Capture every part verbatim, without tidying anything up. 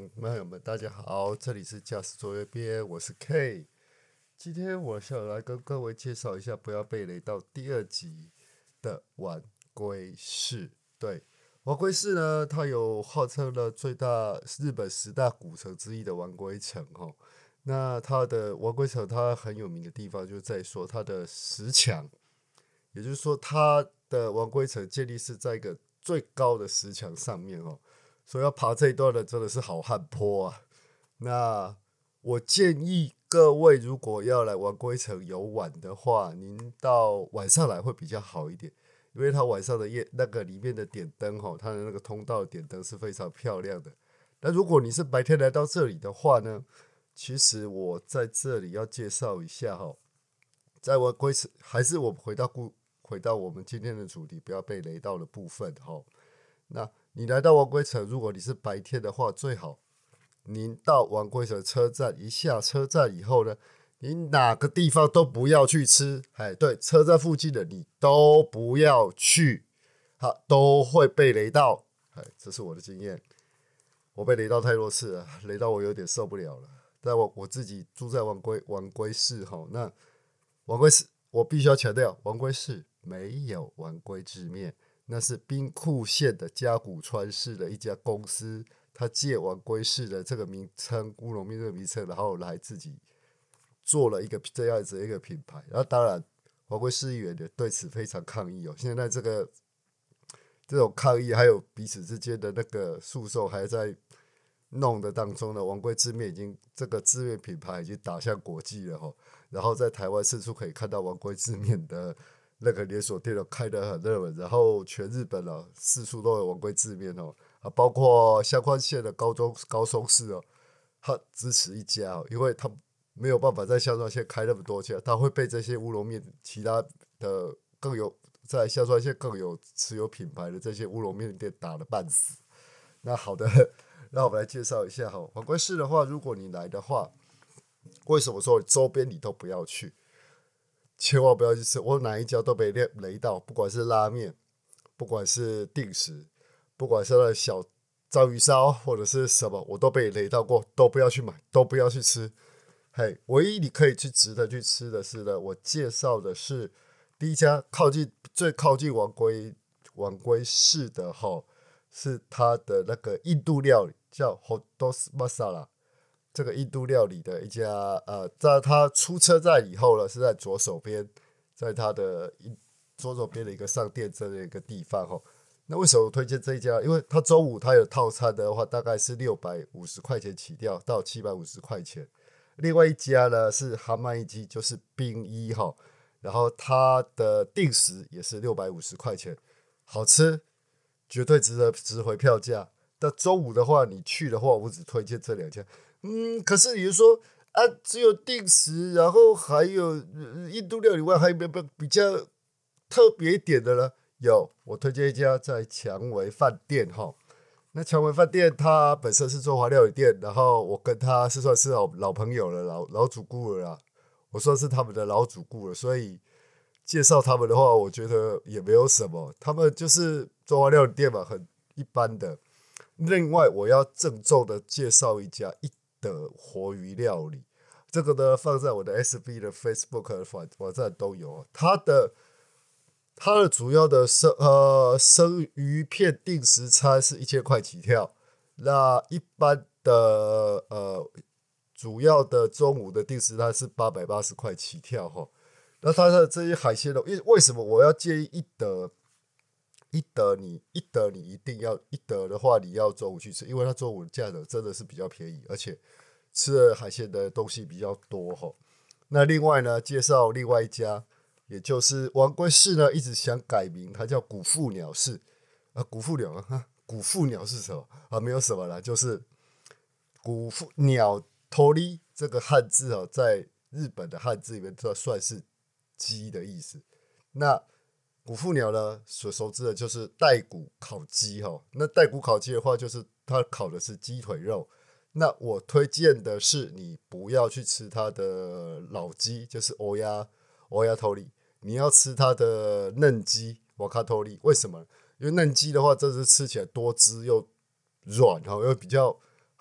众朋友们，大家好，这里是驾驶座右边，我是 K。今天我想来跟各位介绍一下，不要被雷到第二集的晚归市。对，晚归市呢，它有号称了最大日本十大古城之一的晚归城哦。那它的晚归城，它很有名的地方就是在说它的石墙，也就是说它的晚归城建立是在一个最高的石墙上面哦。所以要爬这一段的真的是好汉坡啊！那我建议各位，如果要来晚归城游玩的话，您到晚上来会比较好一点，因为它晚上的夜那个里面的点灯哈，它的那个通道的点灯是非常漂亮的。那如果你是白天来到这里的话呢，其实我在这里要介绍一下哈，在晚归城还是我回到故回到我们今天的主题，不要被雷到的部分哈。那你来到晚归城，如果你是白天的话，最好您到晚归城车站一下车站以后呢，你哪个地方都不要去吃，哎，对，车站附近的你都不要去，好，都会被雷到，哎，这是我的经验，我被雷到太多次了，雷到我有点受不了了。但我我自己住在晚归晚归市哈，那晚归市我必须要强调，晚归市没有晚归制面。那是兵库县的加古川市的一家公司，他借晚归市的这个名称乌龙面这个名称，然后来自己做了一个这样子的一个品牌。然后当然晚归市议员也对此非常抗议哦。现在这个这种抗议还有彼此之间的那个诉讼还在弄的当中呢，晚归字面已经这个字面品牌已经打向国际了哦。然后在台湾四处可以看到晚归字面的那个连锁店哦，开得很热门，然后全日本哦，四处都有晚归字面哦，啊，包括香川县的高中高松市哦，他支持一家哦，因为他没有办法在香川县开那么多家，他会被这些乌龙面其他的更有在香川县更有持有品牌的这些乌龙面店打得半死。那好的，那我们来介绍一下哈，晚归市的话，如果你来的话，为什么说周边你都不要去？千万不要去吃，我哪一家都被雷到，不管是拉面，不管是定时，不管是那小章鱼烧或者是什么，我都被雷到过，都不要去买，都不要去吃。嘿，唯一你可以去值得去吃的是呢，我介绍的是第一家靠近最靠近晚归晚归市的哈，是它的那个印度料理，叫 Hot Masala。这个印度料理的一家，呃，在它出车站以后呢，是在左手边，在它的左手边的一个上电车的一个地方哈。那为什么我推荐这一家？因为它中午它有套餐的话，大概是六百五十块钱起跳到七百五十块钱。另外一家呢是哈曼一基，就是冰一哈，然后它的定时也是六百五十块钱，好吃，绝对值得值回票价。但中午的话，你去的话，我只推荐这两家。嗯，可是你就说啊，只有定时，然后还有、呃、印度料理外，还有没有比较特别一点的呢？有，我推荐一家在蔷薇饭店哈。那蔷薇饭店它本身是中华料理店，然后我跟他是算是老老朋友了，老老主顾了啦，我算是他们的老主顾了，所以介绍他们的话，我觉得也没有什么，他们就是中华料理店嘛，很一般的。另外，我要郑重的介绍一家一的活鱼料理，这个呢放在我的 S B 的 Facebook 的网站都有。它的它的主要的生呃生鱼片定时餐是一千块起跳，那一般的呃主要的中午的定时餐是八百八十块起跳哈。那它的这些海鲜呢，为为什么我要建议一德？一德你一德你一定要一德的话，你要中午去吃，因为它中午的价格真的是比较便宜，而且吃的海鲜的东西比较多哈。那另外呢，介绍另外一家，也就是晚归市呢，一直想改名，它叫古富鸟市啊，古富鸟啊，古富鸟是什么啊？没有什么啦，就是古富鸟头里这个汉字哦，在日本的汉字里面，这算是鸡的意思。那古富鸟呢，所熟知的就是带骨烤鸡哈。那带骨烤鸡的话，就是它烤的是鸡腿肉。那我推荐的是你不要去吃它的老鸡，就是欧亚欧亚头里，你要吃它的嫩鸡瓦卡头里。为什么？因为嫩鸡的话，这是吃起来多汁又软哈，又比较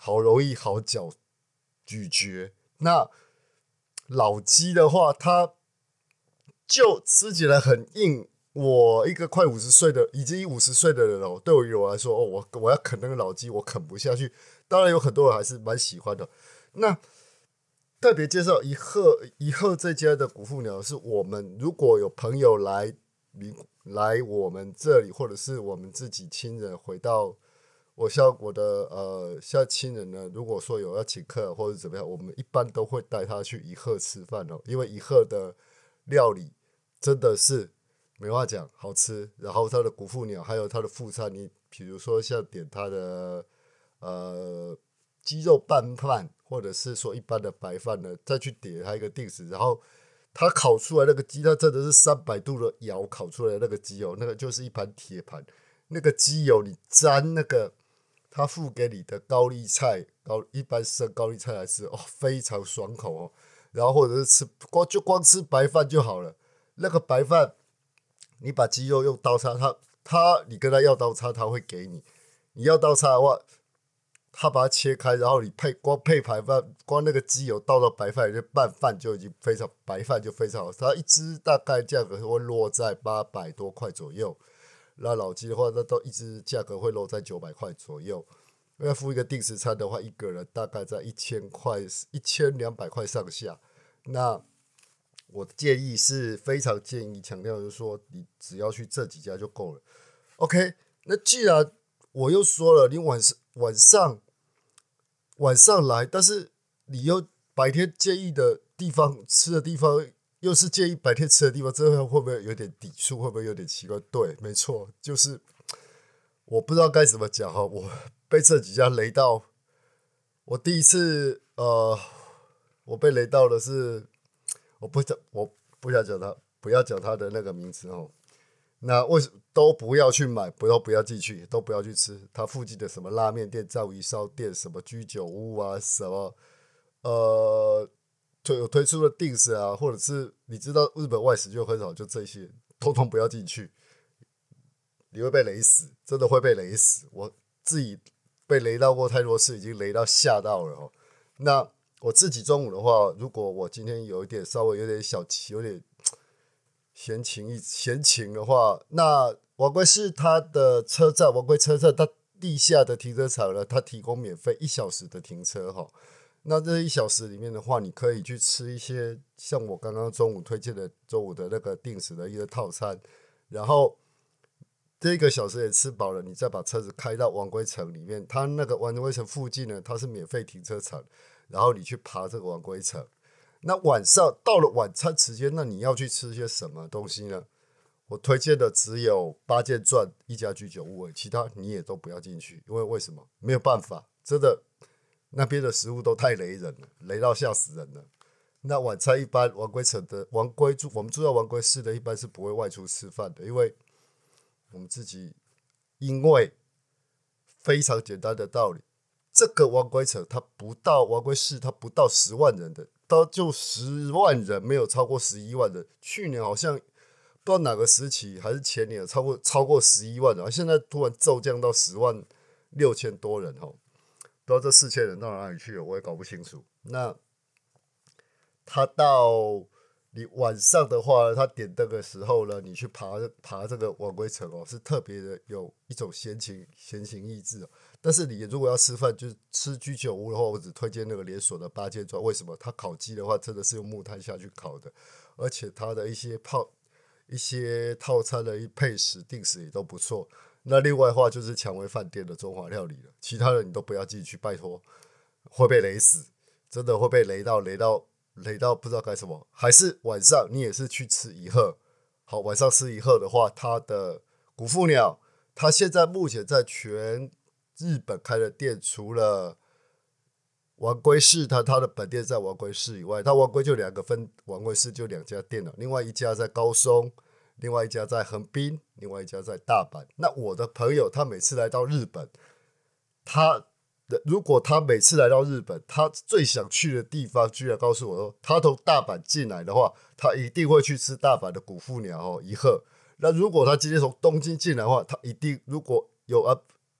好容易好嚼咀嚼。那老鸡的话，它就吃起来很硬。我一个快五十岁的，已经五十岁的人哦，对于我来说，哦，我我要啃那个老鸡，我啃不下去。当然有很多人还是蛮喜欢的。那特别介绍一鹤一鹤这家的谷妇鸟，是我们如果有朋友来来我们这里，或者是我们自己亲人回到我像我的呃像亲人呢，如果说有要请客或者怎么样，我们一般都会带他去一鹤吃饭哦，因为一鹤的料理真的是没话讲，好吃。然后它的谷妇鸟还有它的副餐，你比如说像点它的呃鸡肉拌饭，或者是说一般的白饭呢，再去点它一个定时，然后它烤出来那个鸡，它真的是三百度的窑烤出来的那个鸡油，那个就是一盘铁盘，那个鸡油你沾那个他付给你的高丽菜，高一般生高丽菜来吃哦，非常爽口哦。然后或者是吃光就光吃白饭就好了，那个白饭。你把鸡肉用刀叉，他他你跟他要刀叉，他会给你。你要刀叉的话，他把它切开，然后你配光配白饭，光那个鸡油倒到白饭里面拌饭就已经非常白饭就非常好。它一只大概价格会落在八百多块左右，那老鸡的话，那都一只价格会落在九百块左右。要付一个定时餐的话，一个人大概在一千块、一千两百块上下。那我的建议是非常建议强调，就是说你只要去这几家就够了。OK， 那既然我又说了，你晚上晚上晚上来，但是你又白天建议的地方吃的地方，又是建议白天吃的地方，这会不会有点抵触？会不会有点奇怪？对，没错，就是我不知道该怎么讲哈，我被这几家雷到。我第一次呃，我被雷到的是。我不讲，我不想讲他，不要讲他的那个名字哦。那为什都不要去买，不要不要进去，都不要去吃。他附近的什么拉面店、章鱼烧店、什么居酒屋啊，什么呃推有推出的定时啊，或者是你知道日本外食就很少，就这些，通通不要进去。你会被雷死，真的会被雷死。我自己被雷到过太多次，已经雷到吓到了哦。那我自己中午的话，如果我今天有一点稍微有点小有点闲情闲情的话，那王龟市它的车站，王龟车站它地下的停车场呢，它提供免费一小时的停车哈。那这一小时里面的话，你可以去吃一些像我刚刚中午推荐的中午的那个定时的一个套餐，然后这一个小时也吃饱了，你再把车子开到王龟城里面，它那个王龟城附近呢，它是免费停车场。然后你去爬这个王龟城，那晚上到了晚餐时间，那你要去吃些什么东西呢？我推荐的只有八剑传一家居酒屋，其他你也都不要进去，因为为什么？没有办法，真的那边的食物都太雷人了，雷到吓死人了。那晚餐一般王龟城的王龟住，我们住在王龟市的，一般是不会外出吃饭的，因为我们自己因为非常简单的道理。这个王龟城，它不到王龟市，它不到十万人的，到就十万人，没有超过十一万人。去年好像不知道哪个时期，还是前年超过超过十一万人，现在突然骤降到十万六千多人哦，不知道这四千人到哪里去了，我也搞不清楚。那他到你晚上的话，他点灯的时候呢，你去爬爬这个王龟城哦，是特别的有一种闲情闲情逸致哦。但是你如果要吃饭，就是吃居酒屋的话，我只推荐那个连锁的八剑庄。为什么？它烤鸡的话，真的是用木炭下去烤的，而且它的一些泡、一些套餐的配食、定时也都不错。那另外的话就是蔷薇饭店的中华料理了，其他的你都不要进去，拜托，会被雷死，真的会被雷到，雷到雷到不知道该什么。还是晚上你也是去吃一鹤，好，晚上吃一鹤的话，它的谷妇鸟，它现在目前在全日本开的店，除了王龟市，它它的本店在王龟市以外，它王龟就两个分，王龟市就两家店了，另外一家在高松，另外一家在横滨，另外一家在大阪。那我的朋友他每次来到日本，他的如果他每次来到日本，他最想去的地方，居然告诉我说，他从大阪进来的话，他一定会去吃大阪的谷妇鸟哦一鹤。那如果他今天从东京进来的话，他一定如果有啊。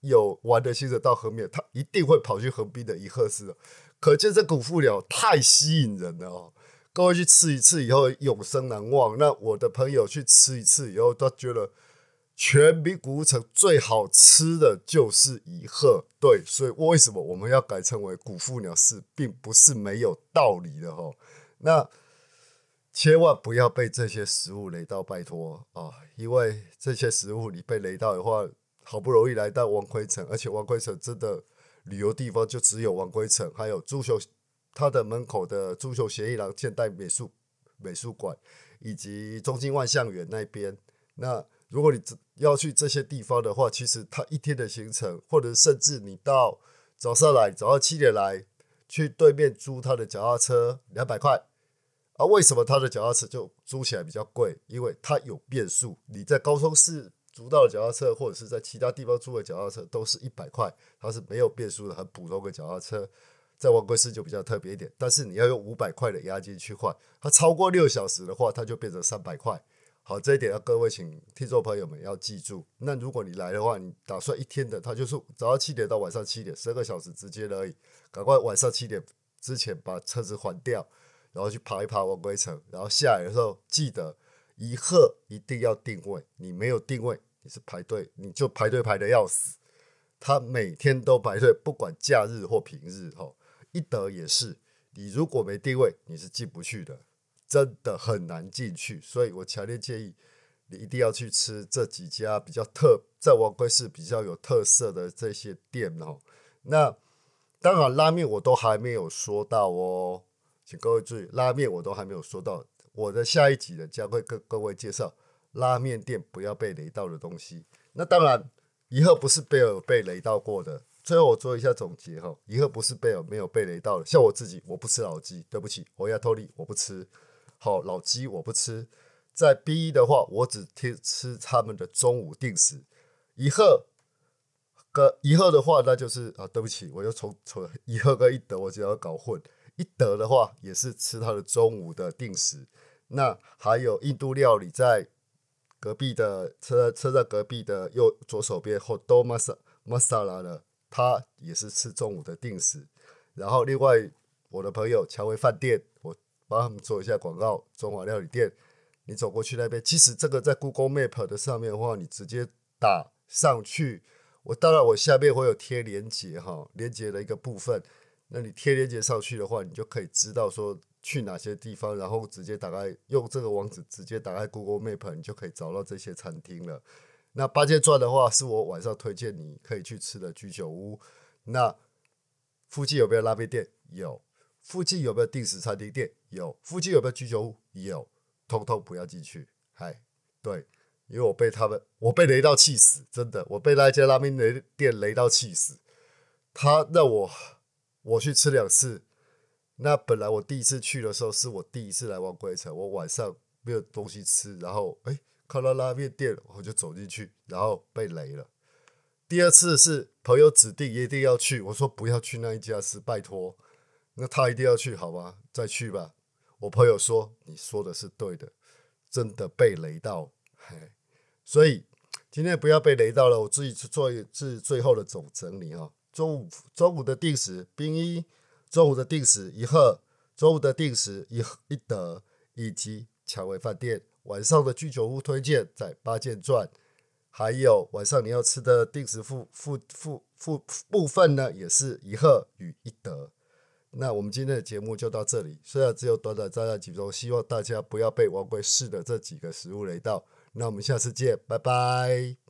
有玩的行程到横滨，他一定会跑去横滨的一贺市哦。可见这古富鸟太吸引人了哦。各位去吃一次以后永生难忘。那我的朋友去吃一次以后，他觉得全名古屋城最好吃的就是一贺。对，所以为什么我们要改称为古富鸟市，并不是没有道理的哦。那千万不要被这些食物雷到，拜托啊！因为这些食物你被雷到的话，好不容易来到王龟城，而且王龟城真的旅游地方就只有王龟城，还有足球，它的门口的足球协议廊现代美术美术馆，以及中京万象园那边。那如果你要去这些地方的话，其实它一天的行程，或者甚至你到早上来，早上七点来，去对面租他的脚踏车两百块。啊，为什么他的脚踏车就租起来比较贵？因为它有变速。你在高雄市租到的脚踏车，或者是在其他地方租的脚踏车，都是一百块，它是没有变速的，很普通的脚踏车。在王龟市就比较特别一点，但是你要用五百块的押金去换，它超过六小时的话，它就变成三百块。好，这一点要各位请听众朋友们要记住。那如果你来的话，你打算一天的，它就是早上七点到晚上七点，十二个小时之间而已。赶快晚上七点之前把车子还掉。然后去爬一爬王龟城，然后下来的时候记得一贺一定要定位，你没有定位，你是排队，你就排队排的要死。他每天都排队，不管假日或平日吼，一德也是，你如果没定位，你是进不去的，真的很难进去。所以我强烈建议你一定要去吃这几家比较特，在王龟市比较有特色的这些店哦。那当然拉面我都还没有说到哦。请各位注意，拉面我都还没有说到，我的下一集呢将会跟各位介绍拉面店不要被雷到的东西。那当然，一贺不是贝尔被雷到过的。最后我做一下总结哈，一贺不是贝尔没有被雷到的。像我自己，我不吃老鸡，对不起，我亚托利我不吃。好，老鸡我不吃。在 B 一 的话，我只吃他们的中午定时。一贺跟一贺的话，那就是啊，对不起，我又从从一贺跟一德我只要搞混。一德的话也是吃它的中午的定时。那还有印度料理，在隔壁的车车站隔壁的右左手边 Hodo Masala 的，它也是吃中午的定时。然后另外我的朋友乔维饭店，我帮他们做一下广告，中华料理店，你走过去那边，其实这个在 Google Map 的上面的话，你直接打上去，我当然我下面会有贴连结哈，连结的一个部分。那你贴链接上去的话，你就可以知道说去哪些地方，然后直接打开用这个网址直接打开 Google Map， 你就可以找到这些餐厅了。那八戒传的话，是我晚上推荐你可以去吃的居酒屋。那附近有没有拉面店？有。附近有没有定时餐厅店？有。附近有没有居酒屋？有。通通不要进去。嗨，对，因为我被他们，我被雷到气死，真的，我被那一家拉面店雷到气死。他让我。我去吃两次，那本来我第一次去的时候是我第一次来王龟城，我晚上没有东西吃，然后哎看到拉面店我就走进去，然后被雷了。第二次是朋友指定一定要去，我说不要去那一家吃，拜托，那他一定要去，好吧，再去吧。我朋友说你说的是对的，真的被雷到，嘿，所以今天不要被雷到了，我自己做一次最后的总整理哈。中午中午的定时冰一，中午的定时一贺，中午的定时一一德，以及蔷薇饭店。晚上的居酒屋推荐在八剑传，还有晚上你要吃的定时附附附附部分呢，也是一贺与一德。那我们今天的节目就到这里，虽然只有短短暂暂几分钟，希望大家不要被王龟市的这几个食物雷到。那我们下次见，拜拜。